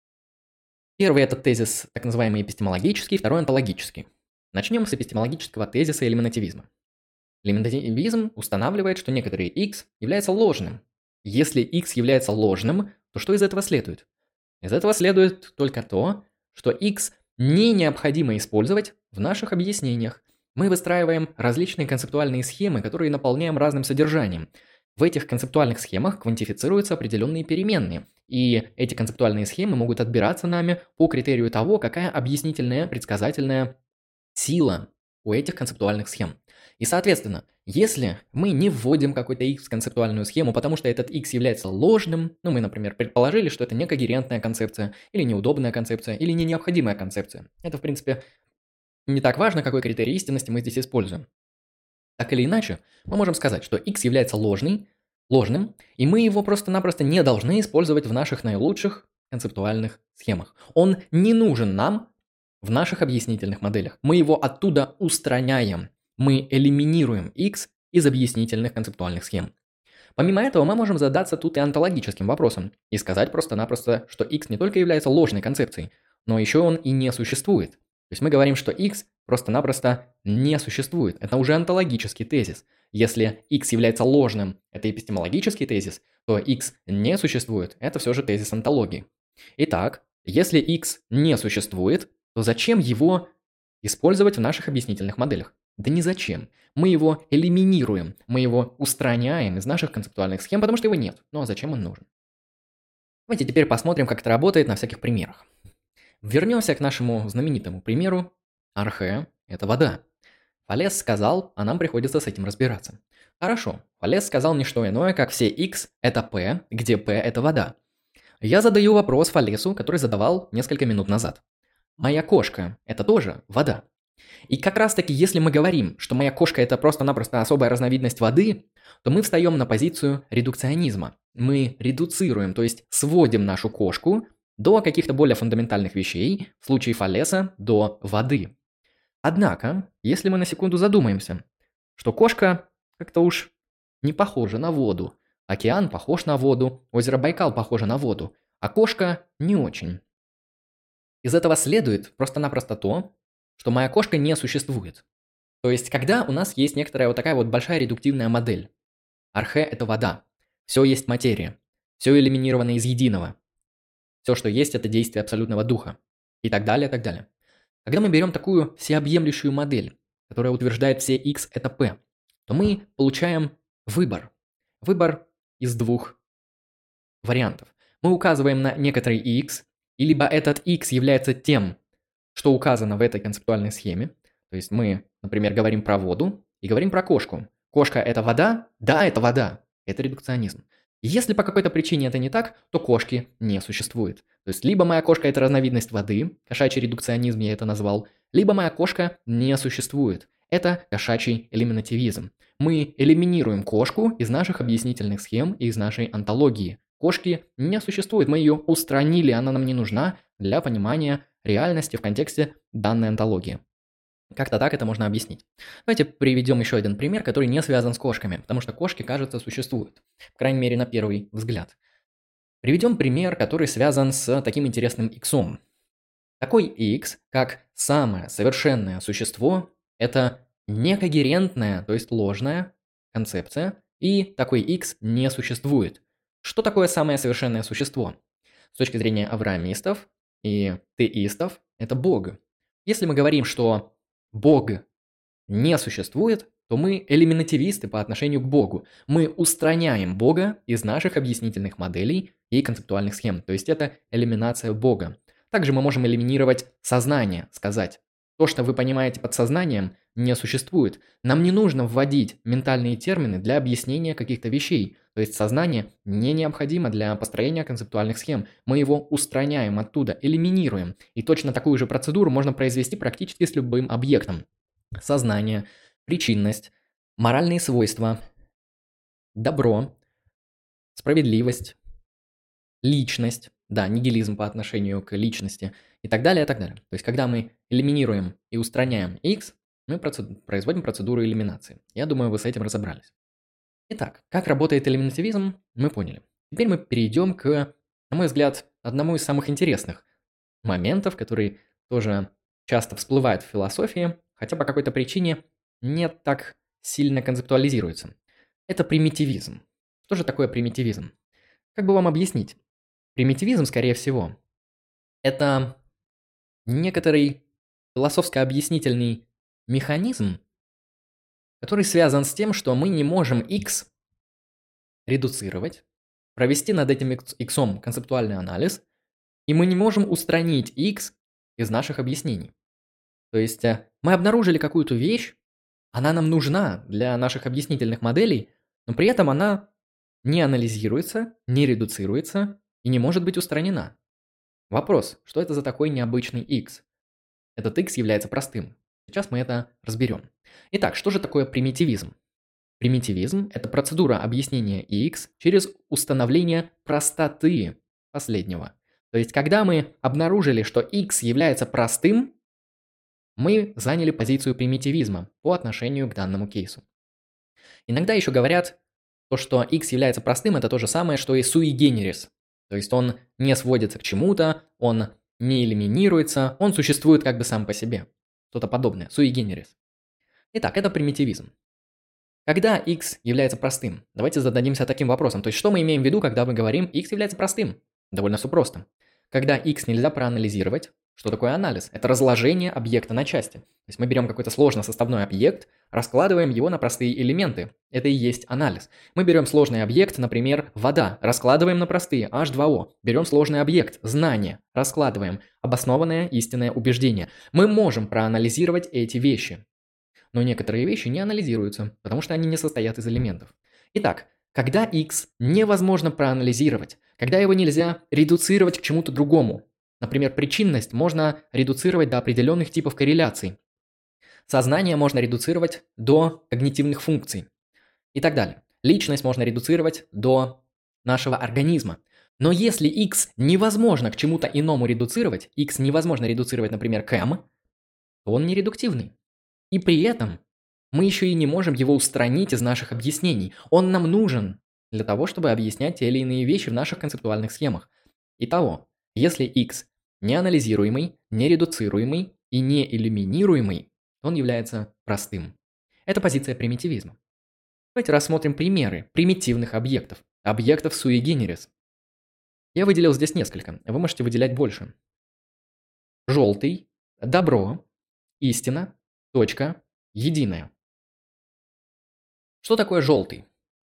Первый – это тезис так называемый эпистемологический, второй – онтологический. Начнем с эпистемологического тезиса элиминативизма. Элиминативизм устанавливает, что некоторый x является ложным. Если x является ложным, то что из этого следует? Из этого следует только то, что x не необходимо использовать в наших объяснениях. Мы выстраиваем различные концептуальные схемы, которые наполняем разным содержанием. В этих концептуальных схемах квантифицируются определенные переменные, и эти концептуальные схемы могут отбираться нами по критерию того, какая объяснительная предсказательная сила у этих концептуальных схем. И, соответственно, если мы не вводим какой-то x в концептуальную схему, потому что этот x является ложным, ну, мы, например, предположили, что это некогерентная концепция, или неудобная концепция, или не необходимая концепция. Это, в принципе, не так важно, какой критерий истинности мы здесь используем. Так или иначе, мы можем сказать, что x является ложным, и мы его просто-напросто не должны использовать в наших наилучших концептуальных схемах. Он не нужен нам в наших объяснительных моделях. Мы его оттуда устраняем. Мы элиминируем x из объяснительных концептуальных схем. Помимо этого, мы можем задаться тут и онтологическим вопросом и сказать просто-напросто, что x не только является ложной концепцией, но еще он и не существует. То есть мы говорим, что x просто-напросто не существует. Это уже онтологический тезис. Если x является ложным, это эпистемологический тезис, то x не существует, это все же тезис онтологии. Итак, если x не существует, то зачем его использовать в наших объяснительных моделях? Да ни зачем. Мы его элиминируем, мы его устраняем из наших концептуальных схем, потому что его нет. Ну а зачем он нужен? Давайте теперь посмотрим, как это работает на всяких примерах. Вернемся к нашему знаменитому примеру. Архе – это вода. Фалес сказал, а нам приходится с этим разбираться. Хорошо, Фалес сказал не что иное, как все x – это p, где p – это вода. Я задаю вопрос Фалесу, который задавал несколько минут назад. Моя кошка – это тоже вода. И как раз таки, если мы говорим, что моя кошка – это просто-напросто особая разновидность воды, то мы встаем на позицию редукционизма. Мы редуцируем, то есть сводим нашу кошку до каких-то более фундаментальных вещей, в случае Фалеса – до воды. Однако, если мы на секунду задумаемся, что кошка как-то уж не похожа на воду, океан похож на воду, озеро Байкал похоже на воду, а кошка не очень. Из этого следует просто-напросто то, что моя кошка не существует. То есть, когда у нас есть некоторая вот такая вот большая редуктивная модель. Архе – это вода. Все есть материя. Все элиминировано из единого. Все, что есть, это действие абсолютного духа. И так далее, и так далее. Когда мы берем такую всеобъемлющую модель, которая утверждает все x – это p, то мы получаем выбор. Выбор из двух вариантов. Мы указываем на некоторый x, и либо этот x является тем, что указано в этой концептуальной схеме. То есть мы, например, говорим про воду и говорим про кошку. Кошка – это вода? Да, это вода. Это редукционизм. Если по какой-то причине это не так, то кошки не существует. То есть либо моя кошка – это разновидность воды, кошачий редукционизм я это назвал, либо моя кошка не существует. Это кошачий элиминативизм. Мы элиминируем кошку из наших объяснительных схем и из нашей онтологии. Кошки не существует, мы ее устранили, она нам не нужна для понимания реальности в контексте данной онтологии. Как-то так это можно объяснить. Давайте приведем еще один пример, который не связан с кошками, потому что кошки, кажется, существуют. По крайней мере, на первый взгляд. Приведем пример, который связан с таким интересным иксом. Такой x, как самое совершенное существо, это некогерентная, то есть ложная концепция, и такой x не существует. Что такое самое совершенное существо? С точки зрения авраамистов и теистов, это Бог. Если мы говорим, что Бог не существует, то мы элиминативисты по отношению к Богу. Мы устраняем Бога из наших объяснительных моделей и концептуальных схем. То есть это элиминация Бога. Также мы можем элиминировать сознание, сказать, то, что вы понимаете под сознанием, не существует. Нам не нужно вводить ментальные термины для объяснения каких-то вещей. То есть сознание не необходимо для построения концептуальных схем. Мы его устраняем оттуда, элиминируем. И точно такую же процедуру можно произвести практически с любым объектом. Сознание, причинность, моральные свойства, добро, справедливость, личность, да, нигилизм по отношению к личности и так далее, и так далее. То есть, когда мы элиминируем и устраняем x, мы производим процедуру элиминации. Я думаю, вы с этим разобрались. Итак, как работает элиминативизм, мы поняли. Теперь мы перейдем к, на мой взгляд, одному из самых интересных моментов, который тоже часто всплывает в философии, хотя по какой-то причине не так сильно концептуализируется. Это примитивизм. Что же такое примитивизм? Как бы вам объяснить? Примитивизм, скорее всего, это некоторый философско-объяснительный механизм, который связан с тем, что мы не можем x редуцировать, провести над этим x концептуальный анализ, и мы не можем устранить x из наших объяснений. То есть мы обнаружили какую-то вещь, она нам нужна для наших объяснительных моделей, но при этом она не анализируется, не редуцируется и не может быть устранена. Вопрос, что это за такой необычный x? Этот x является простым. Сейчас мы это разберем. Итак, что же такое примитивизм? Примитивизм – это процедура объяснения x через установление простоты последнего. То есть, когда мы обнаружили, что x является простым, мы заняли позицию примитивизма по отношению к данному кейсу. Иногда еще говорят, что x является простым – это то же самое, что и sui generis. То есть он не сводится к чему-то, он не элиминируется, он существует как бы сам по себе. Что-то подобное, sui generis. Итак, это примитивизм. Когда x является простым? Давайте зададимся таким вопросом. То есть что мы имеем в виду, когда мы говорим x является простым? Довольно все просто. Когда x нельзя проанализировать, что такое анализ? Это разложение объекта на части. То есть мы берем какой-то сложно составной объект, раскладываем его на простые элементы. Это и есть анализ. Мы берем сложный объект, например, вода, раскладываем на простые, H2O. Берем сложный объект, знание, раскладываем, обоснованное истинное убеждение. Мы можем проанализировать эти вещи. Но некоторые вещи не анализируются, потому что они не состоят из элементов. Итак, когда x невозможно проанализировать, когда его нельзя редуцировать к чему-то другому, например, причинность можно редуцировать до определенных типов корреляций, сознание можно редуцировать до когнитивных функций и так далее. Личность можно редуцировать до нашего организма. Но если x невозможно к чему-то иному редуцировать, x невозможно редуцировать, например, к m, то он не редуктивный. И при этом мы еще и не можем его устранить из наших объяснений. Он нам нужен для того, чтобы объяснять те или иные вещи в наших концептуальных схемах. Итого, если x неанализируемый, нередуцируемый и не элиминируемый, он является простым. Это позиция примитивизма. Давайте рассмотрим примеры примитивных объектов, объектов sui generis. Я выделил здесь несколько, вы можете выделять больше. Желтый, добро, истина, точка, единая. Что такое желтый?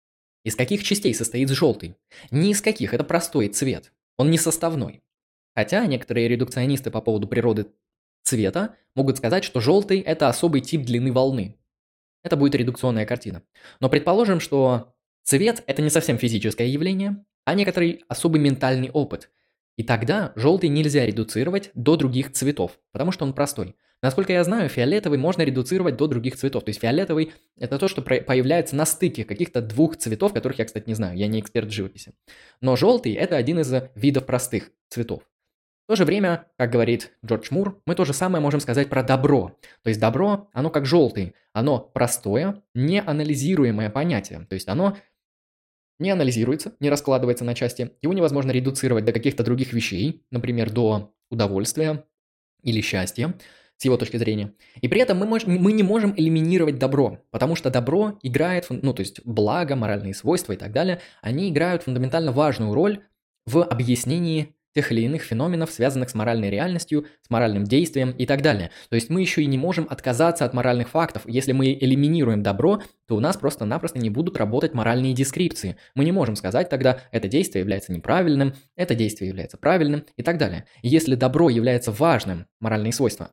Из каких частей состоит желтый? Ни из каких, это простой цвет. Он не составной. Хотя некоторые редукционисты по поводу природы цвета могут сказать, что желтый – это особый тип длины волны. Это будет редукционная картина. Но предположим, что цвет – это не совсем физическое явление, а некоторый особый ментальный опыт. И тогда желтый нельзя редуцировать до других цветов, потому что он простой. Насколько я знаю, фиолетовый можно редуцировать до других цветов. То есть фиолетовый – это то, что появляется на стыке каких-то двух цветов, которых я, кстати, не знаю, я не эксперт в живописи. Но желтый – это один из видов простых цветов. В то же время, как говорит Джордж Мур, мы то же самое можем сказать про добро. То есть добро, оно как желтый, оно простое, неанализируемое понятие. То есть оно не анализируется, не раскладывается на части, его невозможно редуцировать до каких-то других вещей, например, до удовольствия или счастья, с его точки зрения. И при этом мы не можем элиминировать добро, потому что добро играет, то есть благо, моральные свойства и так далее, они играют фундаментально важную роль в объяснении тех или иных феноменов, связанных с моральной реальностью, с моральным действием и так далее. То есть мы еще и не можем отказаться от моральных фактов. Если мы элиминируем добро, то у нас просто-напросто не будут работать моральные дескрипции. Мы не можем сказать тогда, это действие является неправильным, это действие является правильным и так далее. И если добро является важным, моральные свойства,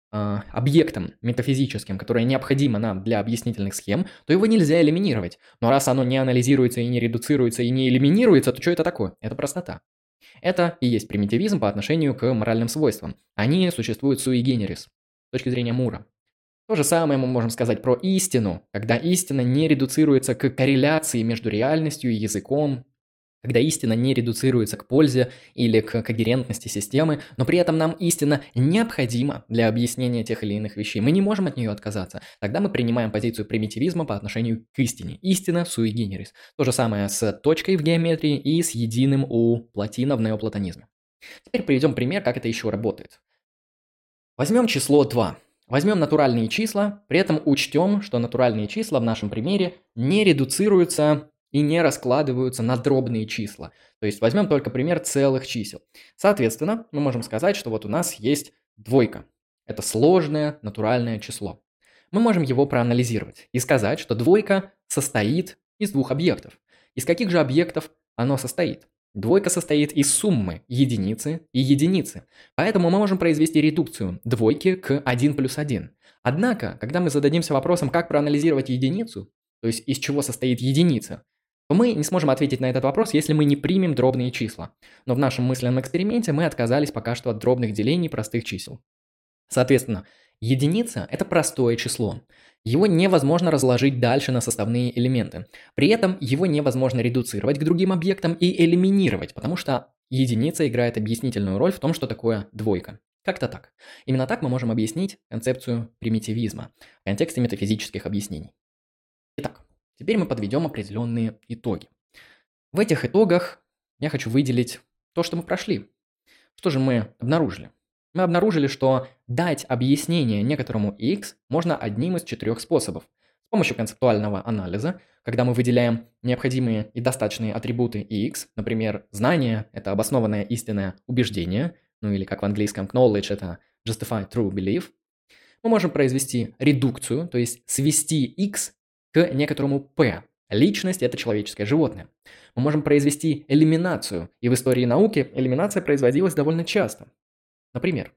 объектом метафизическим, которое необходимо нам для объяснительных схем, то его нельзя элиминировать. Но раз оно не анализируется и не редуцируется и не элиминируется, то что это такое? Это простота. Это и есть примитивизм по отношению к моральным свойствам. Они существуют sui generis, с точки зрения Мура. То же самое мы можем сказать про истину, когда истина не редуцируется к корреляции между реальностью и языком, когда истина не редуцируется к пользе или к когерентности системы, но при этом нам истина необходима для объяснения тех или иных вещей. Мы не можем от нее отказаться. Тогда мы принимаем позицию примитивизма по отношению к истине. Истина sui generis. То же самое с точкой в геометрии и с единым у Плотина в неоплатонизме. Теперь приведем пример, как это еще работает. Возьмем число 2. Возьмем натуральные числа, при этом учтем, что натуральные числа в нашем примере не редуцируются и не раскладываются на дробные числа. То есть возьмем только пример целых чисел. Соответственно, мы можем сказать, что вот у нас есть двойка. Это сложное натуральное число. Мы можем его проанализировать и сказать, что двойка состоит из двух объектов. Из каких же объектов оно состоит? Двойка состоит из суммы единицы и единицы. Поэтому мы можем произвести редукцию двойки к 1 плюс 1. Однако, когда мы зададимся вопросом, как проанализировать единицу, то есть из чего состоит единица, то мы не сможем ответить на этот вопрос, если мы не примем дробные числа. Но в нашем мысленном эксперименте мы отказались пока что от дробных делений простых чисел. Соответственно, единица – это простое число. Его невозможно разложить дальше на составные элементы. При этом его невозможно редуцировать к другим объектам и элиминировать, потому что единица играет объяснительную роль в том, что такое двойка. Как-то так. Именно так мы можем объяснить концепцию примитивизма в контексте метафизических объяснений. Итак, теперь мы подведем определенные итоги. В этих итогах я хочу выделить то, что мы прошли. Что же мы обнаружили? Мы обнаружили, что дать объяснение некоторому x можно одним из 4 способов. С помощью концептуального анализа, когда мы выделяем необходимые и достаточные атрибуты x, например, знание – это обоснованное истинное убеждение, ну или как в английском knowledge – это justified true belief, мы можем произвести редукцию, то есть свести x к некоторому p. Личность – это человеческое животное. Мы можем произвести элиминацию, и в истории науки элиминация производилась довольно часто. Например,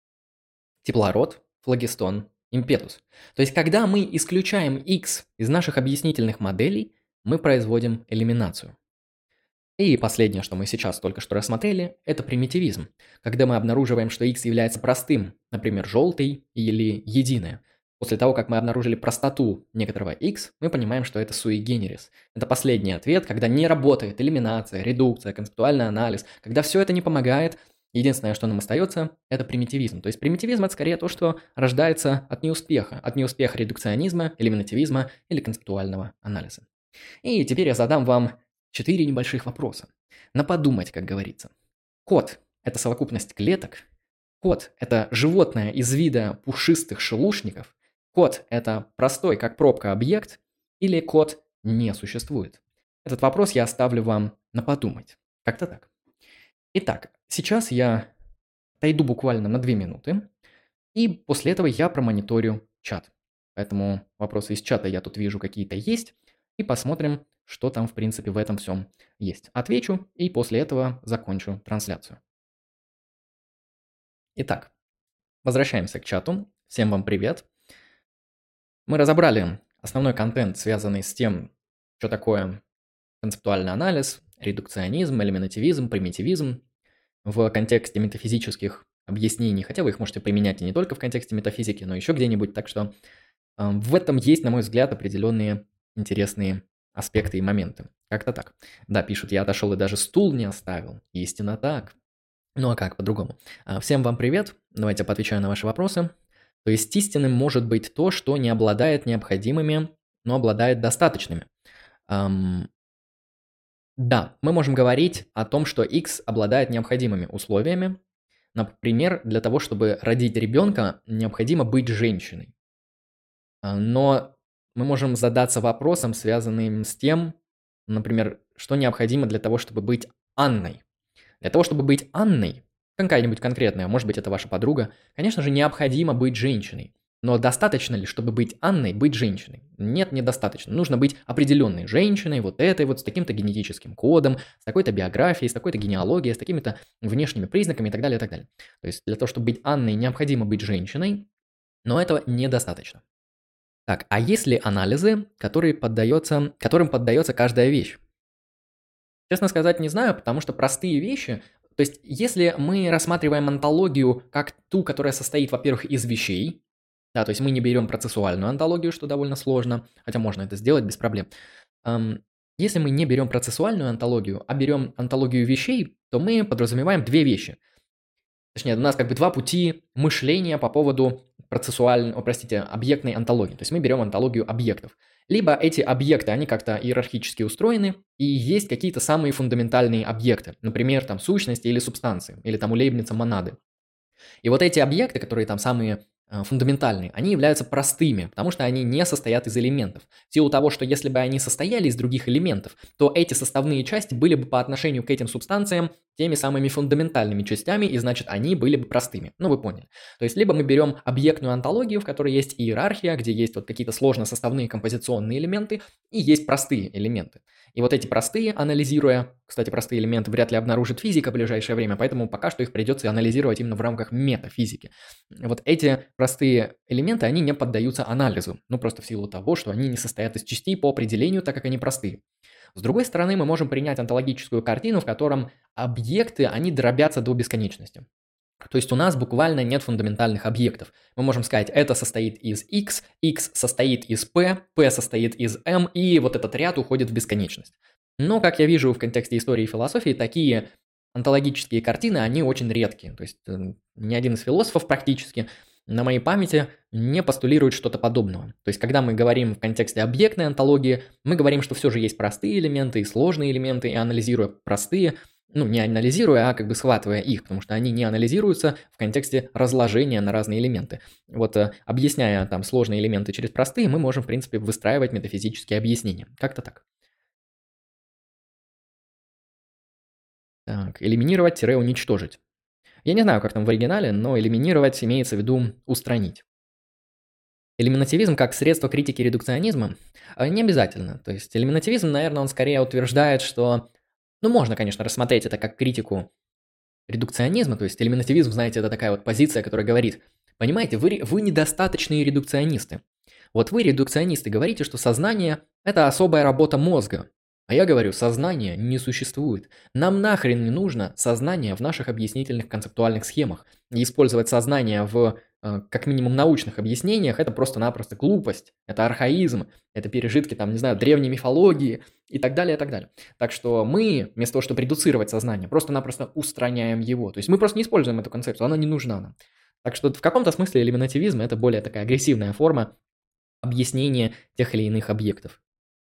теплород, флогистон, импетус. То есть, когда мы исключаем x из наших объяснительных моделей, мы производим элиминацию. И последнее, что мы сейчас только что рассмотрели, это примитивизм, когда мы обнаруживаем, что x является простым, например, желтый или единое. После того, как мы обнаружили простоту некоторого x, мы понимаем, что это sui generis. Это последний ответ, когда не работает элиминация, редукция, концептуальный анализ, когда все это не помогает. Единственное, что нам остается, это примитивизм. То есть примитивизм – это скорее то, что рождается от неуспеха редукционизма, элиминативизма или концептуального анализа. И теперь я задам вам 4 небольших вопроса. На подумать, как говорится. Кот – это совокупность клеток. Кот – это животное из вида пушистых шелушников. Кот – это простой, как пробка, объект. Или кот не существует. Этот вопрос я оставлю вам на подумать. Как-то так. Итак, сейчас я отойду буквально на 2 минуты, и после этого я промониторю чат. Поэтому вопросы из чата я тут вижу какие-то есть, и посмотрим, что там в принципе в этом всем есть. Отвечу, и после этого закончу трансляцию. Итак, возвращаемся к чату. Всем вам привет. Мы разобрали основной контент, связанный с тем, что такое концептуальный анализ, редукционизм, элиминативизм, примитивизм в контексте метафизических объяснений, хотя вы их можете применять и не только в контексте метафизики, но еще где-нибудь, так что в этом есть, на мой взгляд, определенные интересные аспекты и моменты. Как-то так. Да, пишут, я отошел и даже стул не оставил. Истинно так. Ну а как по-другому? Всем вам привет. Давайте поотвечаю на ваши вопросы. То есть истинным может быть то, что не обладает необходимыми, но обладает достаточными. Да, мы можем говорить о том, что x обладает необходимыми условиями. Например, для того, чтобы родить ребенка, необходимо быть женщиной. Но мы можем задаться вопросом, связанным с тем, например, что необходимо для того, чтобы быть Анной. Для того, чтобы быть Анной, какая-нибудь конкретная, может быть, это ваша подруга, конечно же, необходимо быть женщиной. Но достаточно ли, чтобы быть Анной, быть женщиной? Нет, недостаточно. Нужно быть определенной женщиной, вот этой вот, с таким-то генетическим кодом, с такой-то биографией, с такой-то генеалогией, с такими-то внешними признаками и так далее, и так далее. То есть для того, чтобы быть Анной, необходимо быть женщиной, но этого недостаточно. Так, а есть ли анализы, которым поддается каждая вещь? Честно сказать, не знаю, потому что простые вещи... То есть, если мы рассматриваем онтологию как ту, которая состоит, во-первых, из вещей, да, то есть мы не берем процессуальную онтологию, что довольно сложно, хотя можно это сделать без проблем. Если мы не берем процессуальную онтологию, а берем онтологию вещей, то мы подразумеваем 2 вещи. Точнее, у нас как бы 2 пути мышления по поводу объектной онтологии. То есть мы берем онтологию объектов. Либо эти объекты, они как-то иерархически устроены, и есть какие-то самые фундаментальные объекты, например, там сущности или субстанции, или там у Лейбница монады. И вот эти объекты, которые там самые фундаментальные, они являются простыми, потому что они не состоят из элементов. В силу того, что если бы они состояли из других элементов, то эти составные части были бы по отношению к этим субстанциям теми самыми фундаментальными частями, и значит они были бы простыми. Ну, вы поняли. То есть либо мы берем объектную онтологию, в которой есть иерархия, где есть вот какие-то сложно-составные композиционные элементы, и есть простые элементы. И вот эти простые, анализируя, кстати, простые элементы вряд ли обнаружит физика в ближайшее время, поэтому пока что их придется анализировать именно в рамках метафизики. Вот эти простые элементы, они не поддаются анализу, ну просто в силу того, что они не состоят из частей по определению, так как они простые. С другой стороны, мы можем принять онтологическую картину, в котором объекты, они дробятся до бесконечности. То есть у нас буквально нет фундаментальных объектов. Мы можем сказать, это состоит из x, x состоит из p состоит из m, и вот этот ряд уходит в бесконечность. Но, как я вижу в контексте истории и философии, такие онтологические картины, они очень редкие. То есть ни один из философов практически на моей памяти не постулирует что-то подобного. То есть когда мы говорим в контексте объектной онтологии, мы говорим, что все же есть простые элементы и сложные элементы, и анализируя простые, ну, не анализируя, а как бы схватывая их, потому что они не анализируются в контексте разложения на разные элементы. Вот объясняя там сложные элементы через простые, мы можем, в принципе, выстраивать метафизические объяснения. Как-то так. Так, элиминировать-уничтожить. Я не знаю, как там в оригинале, но элиминировать имеется в виду устранить. Элиминативизм как средство критики редукционизма? Не обязательно. То есть элиминативизм, наверное, он скорее утверждает, что... Ну, можно, конечно, рассмотреть это как критику редукционизма, то есть элиминативизм, знаете, это такая вот позиция, которая говорит, понимаете, вы недостаточные редукционисты. Вот вы, редукционисты, говорите, что сознание – это особая работа мозга. А я говорю, сознание не существует. Нам нахрен не нужно сознание в наших объяснительных концептуальных схемах. И использовать сознание в, как минимум, научных объяснениях – это просто-напросто глупость, это архаизм, это пережитки, там, не знаю, древней мифологии и так далее, и так далее. Так что мы, вместо того, чтобы редуцировать сознание, просто-напросто устраняем его. То есть мы просто не используем эту концепцию, она не нужна нам. Так что в каком-то смысле элиминативизм – это более такая агрессивная форма объяснения тех или иных объектов.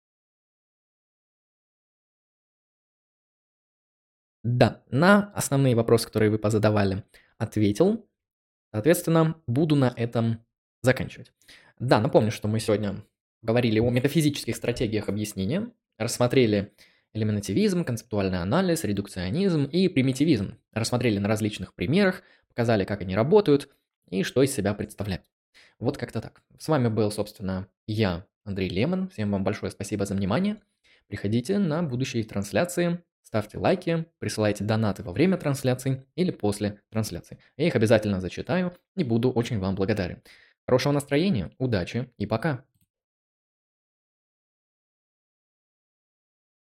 Да, на основные вопросы, которые вы позадавали, ответил. Соответственно, буду на этом заканчивать. Да, напомню, что мы сегодня говорили о метафизических стратегиях объяснения, рассмотрели элиминативизм, концептуальный анализ, редукционизм и примитивизм. Рассмотрели на различных примерах, показали, как они работают и что из себя представляют. Вот как-то так. С вами был, собственно, я, Андрей Лемон. Всем вам большое спасибо за внимание. Приходите на будущие трансляции, ставьте лайки, присылайте донаты во время трансляции или после трансляции. Я их обязательно зачитаю и буду очень вам благодарен. Хорошего настроения, удачи и пока!